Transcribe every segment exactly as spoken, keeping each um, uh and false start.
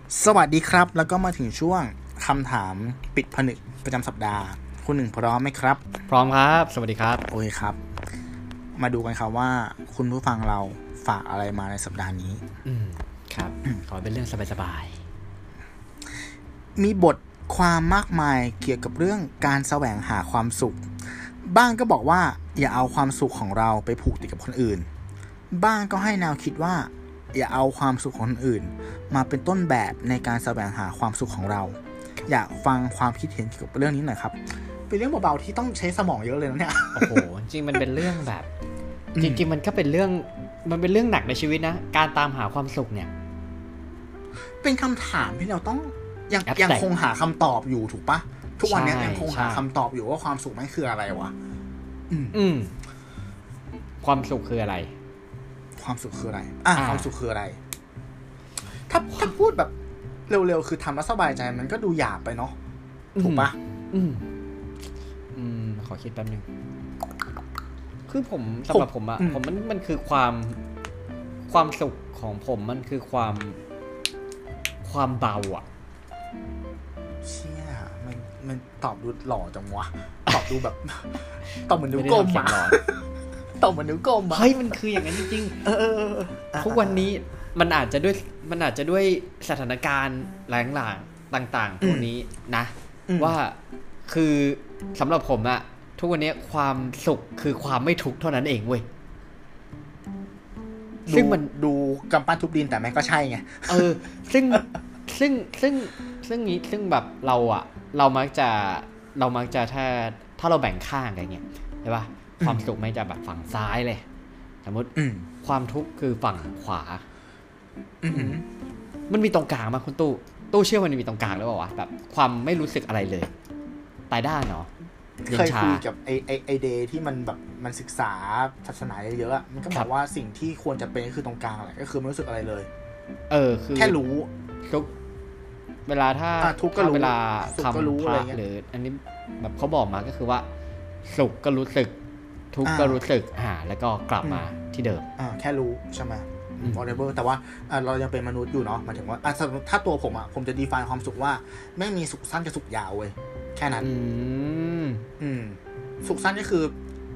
สวัสดีครับแล้วก็มาถึงช่วงคำถามปิดผนึกประจำสัปดาห์คุณหนึ่งพร้อมไหมครับพร้อมครับสวัสดีครับโอเคครับมาดูกันครับว่าคุณผู้ฟังเราฝากอะไรมาในสัปดาห์นี้อืมครับขอเป็นเรื่องสบายๆมีบทความมากมายเกี่ยวกับเรื่องการแสวงหาความสุขบ้างก็บอกว่าอย่าเอาความสุขของเราไปผูกติดกับคนอื่นบ้างก็ให้แนวคิดว่าอย่าเอาความสุขของคนอื่นมาเป็นต้นแบบในการแสวงหาความสุขของเราอยากฟังความคิดเห็นเกี่ยวกับเรื่องนี้หน่อยครับเป็นเรื่องเบาๆที่ต้องใช้สมองเยอะเลยนะเนี่ยโอ้โหจริงมันเป็นเรื่องแบบจริงๆมันก็เป็นเรื่องมันเป็นเรื่องหนักในชีวิตนะการตามหาความสุขเนี่ยเป็นคำถามที่เราต้องยังยังคงหาคำตอบอยู่ถูกปะทุกวันนี้ยังคงหาคำตอบอยู่ว่าความสุขมันคืออะไรวะอืมความสุขคืออะไรความสุขคืออะไรอ่ะความสุขคืออะไรถ้าถ้าพูดแบบเร็วๆคือทำแล้วสบายใจมันก็ดูหยาบไปเนาะถูกปะอืมอืมขอคิดแป๊บนึงคือผมสำหรับผมอะผมมันมันคือความความสุขของผมมันคือความความเบาอะเชี่ยมันมันตอบดูหล่อจังวะตอบดูแบบตอบเหมือนนิ้วก้มอะตอบเหมือนนิ้วก้มอะเฮ้ยมันคืออย่างนั้นจริงๆเออๆทุกวันนี้มันอาจจะด้วยมันอาจจะด้วยสถานการณ์หลายๆต่างๆพวกนี้นะว่าคือสำหรับผมอะทุกวันนี้ความสุขคือความไม่ทุกข์เท่านั้นเองเว้ยซึ่งมันดูกำปั้นทุบดินแต่แม่งก็ใช่ไงเออซึ่งซึ่งซึ่งซึ่งนี้ซึ่งแบบเราอะเรามักจะเรามักจะถ้าถ้าเราแบ่งข้างกันเงี้ยใช่ป่ะความสุขไม่จะแบบฝั่งซ้ายเลยสมมติความทุกข์คือฝั่งขวามันมีตรงกลางมั้ยคุณตู้ตู้เชื่อมันมีตรงกลางหรือเปล่าวะแบบความไม่รู้สึกอะไรเลยตายด้านเนาะเคยคุยกับไอไอไอเดย์ที่มันแบบมันศึกษาศาสนาเยอะๆมันก็บอกว่าสิ่งที่ควรจะเป็นก็คือตรงกลางแหละก็คือไม่รู้สึกอะไรเลยเออคือแค่รู้ทุกเวลาถ้าทุกก็รู้เวลาทำพระหรืออันนี้แบบเขาบอกมาก็คือว่าสุขก็รู้สึกทุกข์ก็รู้สึกอ่าแล้วก็กลับมาที่เดิมอ่าแค่รู้ใช่ไหม whatever แต่ว่าเรายังเป็นมนุษย์อยู่เนาะหมายถึงว่าถ้าตัวผมอ่ะผมจะ define ความสุขว่าไม่มีสุขสั้นกับสุขยาวเว้ยแค่นั้นอืมอืมสุขสั้นก็คือ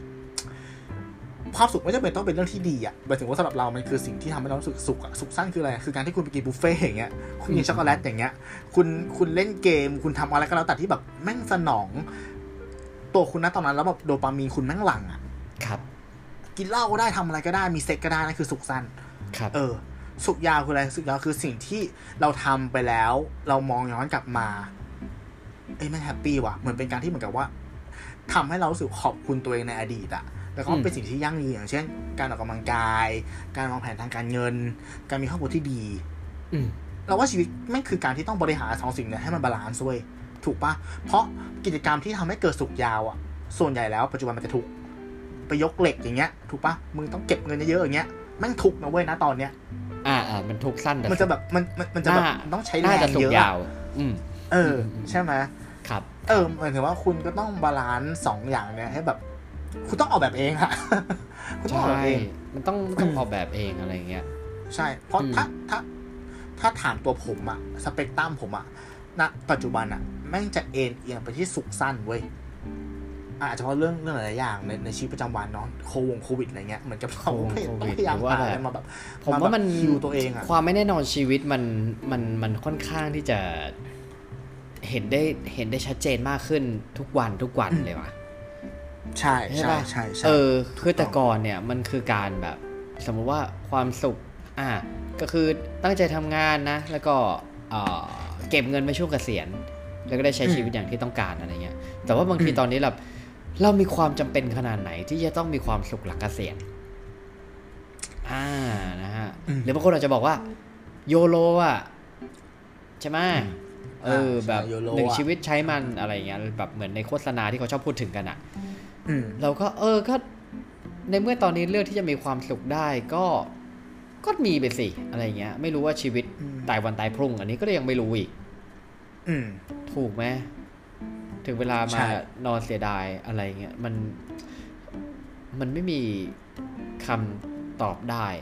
ความสุขไม่จำเป็นต้องเป็นเรื่องที่ดีอ่ะหมายถึงว่าสำหรับเรามันคือสิ่งที่ทำให้เรารู้สึกสุขอ่ะสุขสั้นคืออะไรคือการที่คุณไปกินบุฟเฟ่ต์อย่างเงี้ยคุณกินช็อกโกแลตอย่างเงี้ยคุณคุณเล่นเกมคุณทำอะไรก็แล้วแต่ที่แบบแม่งสนองตัวคุณนะตอนนั้นแล้วแบบโดปามีนคุณแม่งหลั่งอ่ะครับกินเหล้าก็ได้ทำอะไรก็ได้มีเซ็กก็ได้นั่นคือสุขสั้นครับเออสุขยาวคืออะไรสุขยาวคือสิ่งที่เราทำไปแล้วเรามองย้อนกลับมาเอ้ยมันแฮปปี้ว่ะเหมือนเป็นการที่เหมือนกับว่าทำให้เรารู้สึกขอบคุณตัวเองในอดีตอ่ะแล้วก็เป็นสิ่งที่ยั่งยืนอย่างเช่นการออกกำลังกายการวางแผนทางการเงินการมีครอบครัวที่ดีเราว่าชีวิตไม่คือการที่ต้องบริหารสองสิ่งนี้ให้มันบาลานซ์ด้วยถูกปะเพราะกิจกรรมที่ทำให้เกิดสุขยาวอ่ะส่วนใหญ่แล้วปัจจุบันมันจะทุกข์ไปยกเหล็กอย่างเงี้ยถูกปะมึงต้องเก็บเงินเยอะๆอย่างเงี้ยแม่งทุกข์นะเว้ยนะตอนเนี้ยอ่าอ่ามันทุกข์สั้นแต่มันจะแบบมันมันจะแบบต้องใช้แรงเยอะอืมเออใช่ไหมครับเออหมายถึงว่าคุณก็ต้องบาลานซ์สองอย่างเนี่ยให้แบบคุณต้องออกแบบเองอะคุณต้องออกแบบเองมันต้องต้องออกแบบเองอะไรเงี้ยใช่เพราะถ้าถ้าถ้าถามตัวผมอะสเปกตรัมผมอะณปัจจุบันอะแม่งจะเอ็นเอียงไปที่สุขสั้นเว้ยอาจจะเพราะเรื่องเรื่องหลายอย่างในในชีวิตประจำวันเนาะโควงโควิดอะไรเงี้ยเหมือนกับเราต้องพยายามหาอะไรมาแบบผมว่ามันฮิวตัวเองอะความไม่แน่นอนชีวิตมันมันมันค่อนข้างที่จะเห็นได้เห็นได้ชัดเจนมากขึ้นทุกวันทุกวันเลยว่ะใช่ใช่ใช่ใช่เออคือแต่ก่อนเนี่ยมันคือการแบบสมมติว่าความสุขอ่ะก็คือตั้งใจทำงานนะแล้วก็เอ่อเก็บเงินไปช่วงเกษียณแล้วก็ได้ใช้ชีวิตอย่างที่ต้องการอะไรเงี้ยแต่ว่าบางทีตอนนี้เราเรามีความจำเป็นขนาดไหนที่จะต้องมีความสุขหลังเกษียณอ่านะฮะหรือบางคนอาจจะบอกว่าโยโลอ่ะใช่ไหมเออแบบหนึ่งชีวิตใช้มันอะไรเงี้ยแบบเหมือนในโฆษณาที่เขาชอบพูดถึงกันอ่ะเราก็เออก็ในเมื่อตอนนี้เลือกที่จะมีความสุขได้ก็ก็มีไปสิอะไรเงี้ยไม่รู้ว่าชีวิตตายวันตายพรุ่งอันนี้ก็ยังไม่รู้อีกถูกไหมถึงเวลามานอนเสียดายอะไรเงี้ยมันมันไม่มีคำตอบได้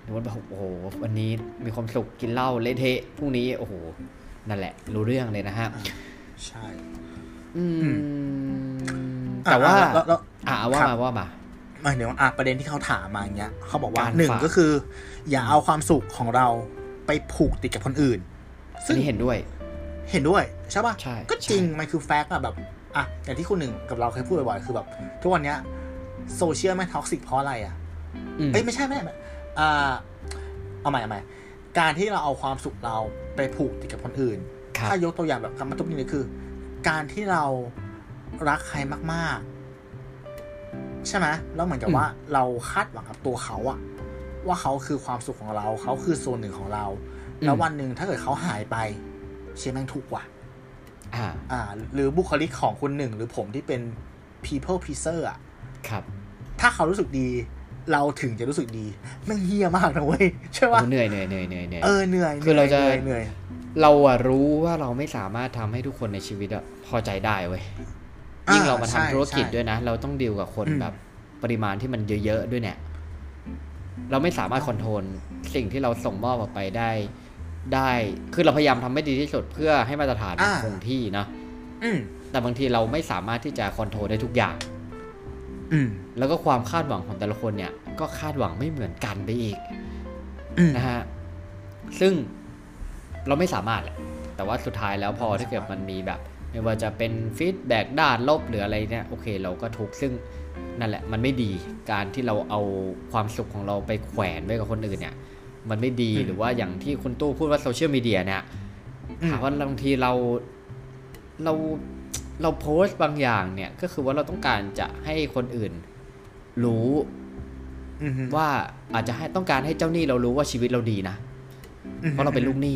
สมมติแบบโอ้โหวันนี้มีความสุขกินเหล้าเละเทะพรุ่งนี้โอ้โหนั่นแหละรู้เรื่องเลยนะฮะใช่อืมแต่ว่าอ่าว่ามาว่ามามาเดี๋ยวอ่ะประเด็นที่เขาถามมาอย่างเงี้ยเขาบอกว่าหนึ่งก็คืออย่าเอาความสุขของเราไปผูกติดกับคนอื่นซึ่งเห็นด้วยเห็นด้วยใช่ป่ะใช่ก็จริงมันคือแฟกต์อะแบบอ่ะอย่างที่คุณหนึ่งกับเราเคยพูดบ่อยๆคือแบบทุกวันเนี้ยโซเชียลไม่ท็อกซิกเพราะอะไรอ่ะเอ้ยไม่ใช่ไม่ใช่อ่าเอาใหม่เอาใหม่การที่เราเอาความสุขเราไปผูกติดกับคนอื่นถ้ายกตัวอย่างแบบคำมาทุกนี้คือการที่เรารักใครมากๆใช่ไหมแล้วเหมือนกับว่าเราคาดหวังกับตัวเขาอะว่าเขาคือความสุขของเราเขาคือโซนหนึ่งของเราแล้ววันหนึ่งถ้าเกิดเขาหายไปเชื่อแม่งถูกกว่าอ่าอ่าหรือบุคลิกของคุณหนึ่งหรือผมที่เป็น people pleaser อะครับถ้าเขารู้สึกดีเราถึงจะรู้สึกดีแม่งเหี้ยมากนะเว้ยใช่ป่ะเหนื่อยเหนื่อยเหนื่อยเหนื่อยเออเหนื่อยคือเราจะเหนื่อยเราอะรู้ว่าเราไม่สามารถทำให้ทุกคนในชีวิตอะพอใจได้เว้ยยิ่งเรามาทำธุรกิจด้วยนะเราต้องดีลกับคนแบบปริมาณที่มันเยอะๆด้วยเนี่ยเราไม่สามารถคอนโทรลสิ่งที่เราส่งมอบออกไปได้ได้คือเราพยายามทำให้ดีที่สุดเพื่อให้มาตรฐานคงที่นะแต่บางทีเราไม่สามารถที่จะคอนโทรลได้ทุกอย่างแล้วก็ความคาดหวังของแต่ละคนเนี่ยก็คาดหวังไม่เหมือนกันไปอีกนะฮะซึ่งเราไม่สามารถแหละแต่ว่าสุดท้ายแล้วพอถ้าเกิดมันมีแบบไม่ว่าจะเป็นฟีดแบ็กด้านลบหรืออะไรเนี่ยโอเคเราก็ทุกซึ่งนั่นแหละมันไม่ดีการที่เราเอาความสุขของเราไปแขวนไว้กับคนอื่นเนี่ยมันไม่ดีหรือว่าอย่างที่คุณตู้พูดว่าโซเชียลมีเดียเนี่ยถามว่าบางทีเราเราเราโพสต์บางอย่างเนี่ยก็คือว่าเราต้องการจะให้คนอื่นรู้ว่าอาจจะให้ต้องการให้เจ้าหนี้เรารู้ว่าชีวิตเราดีนะเพราะเราเป็นลูกหนี้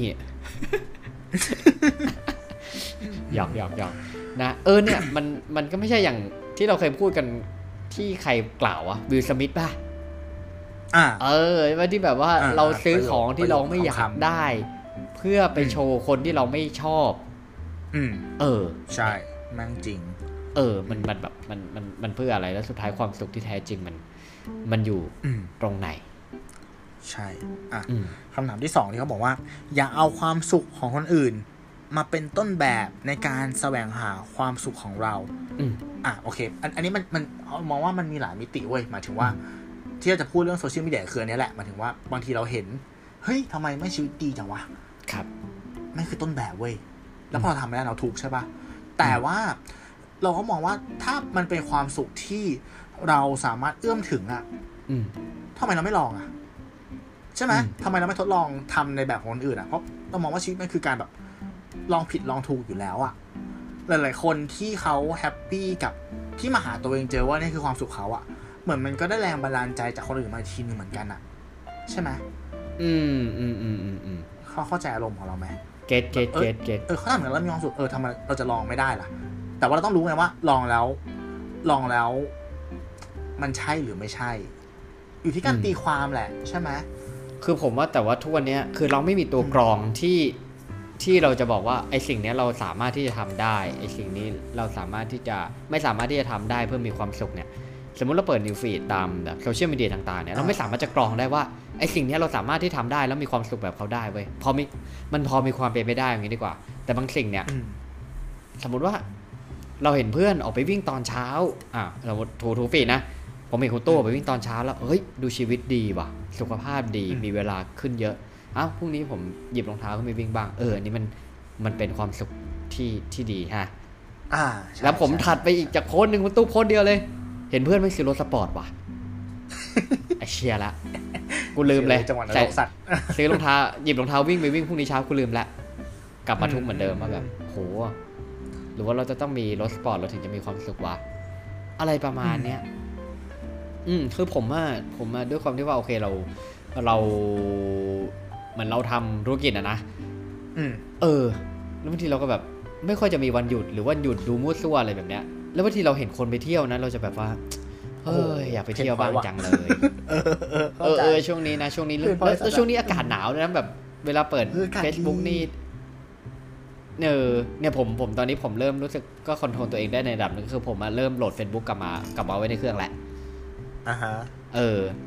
หยอกหยอกหยอกนะเออเนี่ยมันมันก็ไม่ใช่อย่างที่เราเคยพูดกันที่ใครกล่าวอะวิล สมิธป่ะอ่าเออว่าที่แบบว่าเราซื้อของที่เราไม่อยากได้เพื่อไปโชว์คนที่เราไม่ชอบอืมเออใช่แม่งจริงเออมันมันแบบมันมันมันเพื่ออะไรแล้วสุดท้ายความสุขที่แท้จริงมันมันอยู่ตรงไหนใช่อ่ะคำถามที่สองที่เขาบอกว่าอย่าเอาความสุขของคนอื่นมาเป็นต้นแบบในการแสวงหาความสุขของเราอ่ะโอเคอันอันนี้มันมันมองว่ามันมีหลายมิติเว้ยหมายถึงว่าที่เราจะพูดเรื่องโซเชียลมีเดียคืออันนี้แหละหมายถึงว่าบางทีเราเห็นเฮ้ยทำไมไม่ชีวิตดีจังวะครับไม่คือต้นแบบเว้ยแล้วพอเราทำไม่ได้เราถูกใช่ป่ะแต่ว่าเราก็มองว่าถ้ามันเป็นความสุขที่เราสามารถเอื้อมถึงอ่ะทำไมเราไม่ลองอ่ะใช่ไหมทำไมเราไม่ทดลองทำในแบบของคนอื่นอ่ะเพราะเรามองว่าชีวิตมันคือการแบบลองผิดลองถูกอยู่แล้วอ่ะหลายๆคนที่เขาแฮปปี้กับที่มาหาตัวเองเจอว่านี่คือความสุขเขาอ่ะเหมือนมันก็ได้แรงบันดาลใจจากคนอื่นมาทีนึงเหมือนกันอ่ะใช่ไหมอืมอืมอืมอืมอืมเขาเข้าใจอารมณ์ของเราไหมเก็ตเก็ตเก็ตเก็ตเออเขาทำเหมือนเรามีความสุขเออทำไมเราจะลองไม่ได้ล่ะแต่ว่าเราต้องรู้ไงว่าลองแล้วลองแล้วมันใช่หรือไม่ใช่อยู่ที่การตีความแหละใช่ไหมคือผมว่าแต่ว่าทุกวันนี้คือเราไม่มีตัวกรองที่ที่เราจะบอกว่าไอ้สิ่งนี้เราสามารถที่จะทำได้ไอ้สิ่งนี้เราสามารถที่จะไม่สามารถที่จะทำได้เพื่อมีความสุขเนี่ยสมมุติเราเปิดนิวฟีดตามแบบโซเชียลมีเดียต่างๆเนี่ยเราไม่สามารถจะกรองได้ว่าไอ้สิ่งนี้เราสามารถที่ทำได้แล้วมีความสุขแบบเขาได้เว้ยพอมีมันพอมีความเป็นไปได้อย่างนี้ดีกว่าแต่บางสิ่งเนี่ยสมมุติว่าเราเห็นเพื่อนออกไปวิ่งตอนเช้าอ่ะเราทูทูฟีดนะผมเห็นคุณตู้ไปวิ่งตอนเช้าแล้วเฮ้ยดูชีวิตดีว่ะสุขภาพดีมีเวลาขึ้นเยอะอ้าวพรุ่งนี้ผมหยิบรองเท้าขึ้นไปวิ่งบ้างเอออันนี้มันมันเป็นความสุขที่ที่ดีฮะอ่าแล้วผมถัดไปอีกจากโพสต์นึงคุณตู้โพสต์เดียวเลยเห็นเพื่อนไม่ซื้อรถสปอร์ตว่ะไอเชียละกูลืมเลยใส่สัตว์ซื้อรองเท้าหยิบรองเท้าวิ่งไปวิ่งพรุ่งนี้เช้ากูลืมละกลับมาทุกเหมือนเดิมว่าแบบโหหรือว่าเราจะต้องมีรถสปอร์ตเราถึงจะมีความสุขวะอะไรประมาณเนี้ยอืมคือผมว่าผมว่าด้วยความที่ว่าโอเคเราเราเหมือนเราทำธุรกิจอะนะเออแล้วบางทีเราก็แบบไม่ค่อยจะมีวันหยุดหรือว่าหยุดดูมั่วซั่วอะไรแบบเนี้ยแล้วบางทีเราเห็นคนไปเที่ยวนะเราจะแบบว่าเฮ้ยอยากไปเที่ยวบ้างจังเลยเออเออเออช่วงนี้นะช่วงนี้แล้วช่วงนี้อากาศหนาวนะแบบเวลาเปิด Facebook นี่เออเนี่ยผมผมตอนนี้ผมเริ่มรู้สึกก็คอนโทรลตัวเองได้ในระดับนึงคือผมมาเริ่มโหลด Facebook กลับมากลับมาไว้ในเครื่องแหละอ่าฮะเออ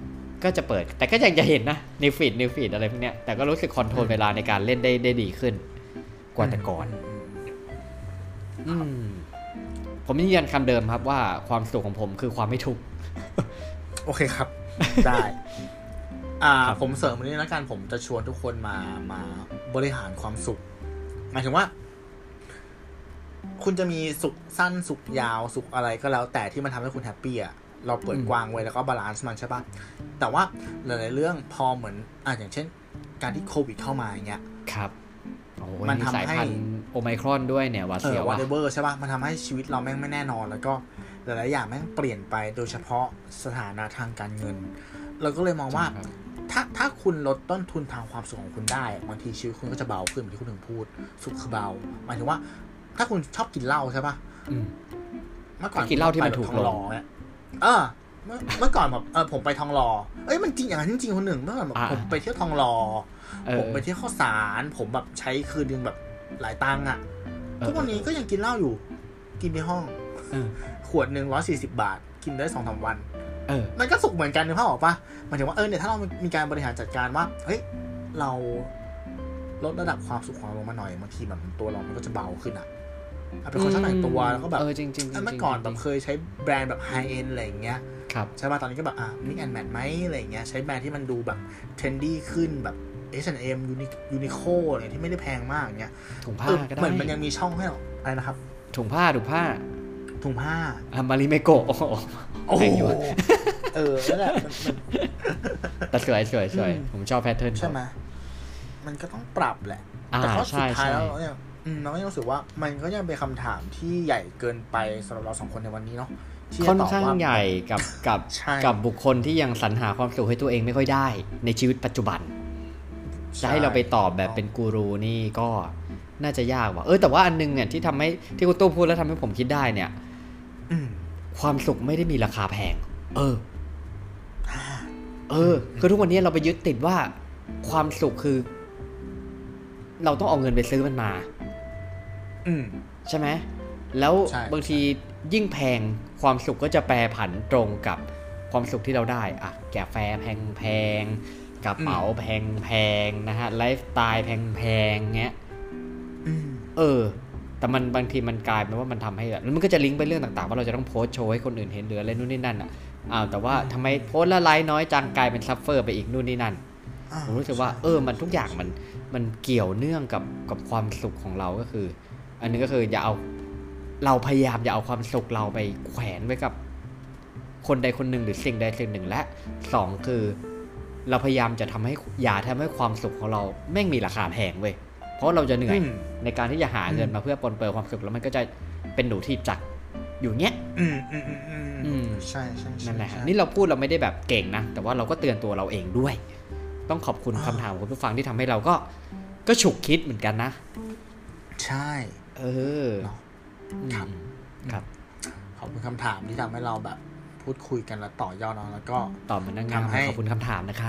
ก็จะเปิดแต่ก็ยังจะเห็นนะนิวฟีดนิวฟีดอะไรพวกเนี้ยแต่ก็รู้สึกคอนโทรลเวลาในการเล่นได้ได้ดีขึ้นกว่าแต่ก่อนอืมผมยืนยันคำเดิมครับว่าความสุขของผมคือความไม่ทุกข์โอเคครับได้อ่าผมเสริมอันนี้แล้วกันผมจะชวนทุกคนมามาบริหารความสุขหมายถึงว่าคุณจะมีสุขสั้นสุขยาวสุขอะไรก็แล้วแต่ที่มันทำให้คุณแฮปปี้อ่ะเราเปิดกว้างไว้แล้วก็บาลานซ์มันใช่ป่ะแต่ว่าหลายๆเรื่องพอเหมือนอ่ะอย่างเช่นการที่โควิดเข้ามาอย่างเงี้ยครับมันทำให้โอไมครอนด้วยเนี่ยว่าเสียวว่าเวอร์ใช่ป่ะมันทำให้ชีวิตเราแม่งไม่แน่นอนแล้วก็หลายๆอย่างแม่งเปลี่ยนไปโดยเฉพาะสถานะทางการเงินเราก็เลยมองว่าถ้าถ้าคุณลดต้นทุนทางความสุขของคุณได้บางทีชีวิตคุณก็จะเบาขึ้นเหมือนที่คุณถึงพูดสุขคือเบาหมายถึงว่าถ้าคุณชอบกินเหล้าใช่ป่ะเมื่อก่อนกินเหล้าที่มันถูกลงเนี่ยเออเมื่อเมื่อก่อนแบบเออผมไปทองหล่อเอ้ยมันจริงอย่างนั้นจริงๆคนหนึ่งเมื่อก่อนแบบผมไปเที่ยวทองหล่อผมไปเที่ยวข้าวสารผมแบบใช้คืนนึงแบบหลายตังค์อ่ะทุกวันนี้ก็ยังกินเหล้าอยู่กินในห้องขวดหนึ่งร้อยสี่สิบบาทกินได้สองสามวันมันก็สุกเหมือนกันนึกภาพออกป่ะหมายถึงว่าเออเนี่ยถ้าเรามีการบริหารจัดการว่าเฮ้ยเราลดระดับความสุขของเราลงมาหน่อยบางทีแบบตัวเรามันก็จะเบาขึ้นอ่ะเป็นคนชอบแต่งตัวแล้วก็แบบเออจริงๆเมื่อก่อนแบบเคยใช้แบรนด์แบบไฮเอ็นอะไรอย่างเงี้ยใช่ป่ะตอนนี้ก็แบบอ่ะมิกแอนด์แมทไหมอะไรอย่างเงี้ยใช้แบรนด์ที่มันดูแบบเทรนดี้ขึ้นแบบ เอช แอนด์ เอ็ม Uniqlo อะไรที่ไม่ได้แพงมากอย่างเงี้ยถุงผ้าก็ได้เหมือนมันยังมีช่องให้เราอะไรนะครับถุงผ้าถุงผ้าถุงผ้าอ่ะมาริเมโกะโอ้โหเออนั่นแหละแต่สวยสวยสวยผมชอบแพทเทิร์นใช่ไหมมันก็ต้องปรับแหละแต่ข้อสุดท้ายแล้วเนี่ยเราก็ยังรู้สึกว่ามันก็ยังเป็นคำถามที่ใหญ่เกินไปสำหรับเราสองคนในวันนี้เนาะค่อนข้างใหญ่กับกับกับบุคคลที่ยังสรรหาความสุขให้ตัวเองไม่ค่อยได้ในชีวิตปัจจุบันจะให้เราไปตอบแบบเป็นกูรูนี่ก็น่าจะยากว่ะเออแต่ว่าอันนึงเนี่ยที่ทำให้ที่คุณตู้พูดแล้วทำให้ผมคิดได้เนี่ยความสุขไม่ได้มีราคาแพงเออเออคือทุกวันนี้เราไปยึดติดว่าความสุขคือเราต้องเอาเงินไปซื้อมันมาใช่ไหมแล้วบางทียิ่งแพงความสุขก็จะแปรผันตรงกับความสุขที่เราได้อะกาแฟแพงๆกระเป๋าแพงๆนะฮะไลฟ์สไตล์แพงๆเงี้ยเออแต่มันบางทีมันกลายเป็นว่ามันทำให้แล้วมันก็จะลิงก์ไปเรื่องต่างๆว่าเราจะต้องโพสโชว์ให้คนอื่นเห็นหรืออะไรนู่นนี่นั่นอ่ะอ้าวแต่ว่าทำไมโพสแล้วไลค์น้อยจังกลายเป็นซัฟเฟอร์ไปอีกนู่นนี่นั่นผมรู้สึกว่าเออมันทุกอย่างมันมันเกี่ยวเนื่องกับกับความสุขของเราก็คืออันนึงก็คืออย่าเอาเราพยายามอย่าเอาความสุขเราไปแขวนไว้กับคนใดคนหนึ่งหรือสิ่งใดสิ่งหนึ่งและสองคือเราพยายามจะทำให้อย่าทำให้ความสุขของเราแม่งมีราคาแพงเว้ยเพราะเราจะเหนื่อยในการที่จะหาเงินมาเพื่อปลนเปลือยความสุขแล้วมันก็จะเป็นหนูที่จักอยู่เงี้ยอืมอืมอืมอืมใช่ใช่นั่นแหละนี่เราพูดเราไม่ได้แบบเก่งนะแต่ว่าเราก็เตือนตัวเราเองด้วยต้องขอบคุณคำถามของคุณผู้ฟังที่ทำให้เราก็ก็ฉุกคิดเหมือนกันนะใช่เออครับครับขอบคุณคำถามที่ทำให้เราแบบพูดคุยกันแล้วต่อยอดเนาะแล้วก็ตอบเหมือนนักงานขอบคุณคำถามนะคะ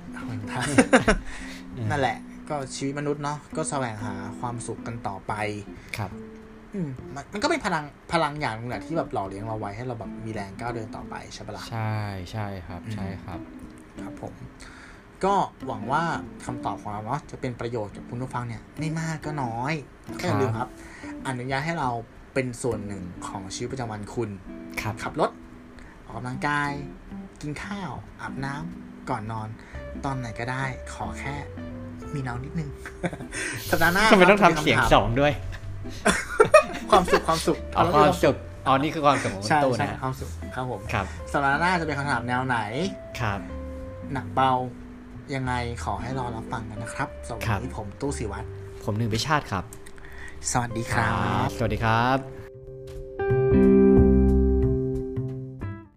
นั่นแหละก็ชีวิตมนุษย์เนาะก็แสวงหาความสุขกันต่อไปครับอืมมันก็เป็นพลังพลังอย่างนึงแหละที่แบบหล่อเลี้ยงเราไว้ให้เราแบบมีแรงก้าวเดินต่อไปใช่ปะล่ะใช่ใช่ครับใช่ครับครับผมก็หวังว่าคำตอบของเราเนาะจะเป็นประโยชน์กับคุณผู้ฟังเนี่ยไม่มากก็น้อยก็อย่าลืมครับอนุญาตให้เราเป็นส่วนหนึ่งของชีวิตประจำวันคุณขับรถออกกำลังกายกินข้าวอาบน้ำก่อนนอนตอนไหนก็ได้ขอแค่มีน้ำนิดนึงสัปดาห์หน้าทำไมต้องทำเสียงสองด้วยความสุขความสุขเอาความสุขอ๋อนี่คือความสุขของตู้นะความสุขครับผมครับสัปดาห์หน้าจะเป็นคำถามแนวไหนครับหนักเบายังไงขอให้รอรับฟังกันนะครับสวัสดีผมตู้ศิวัตรผมหนึ่งวิชาติครับสวัสดีครับสวัสดีครับ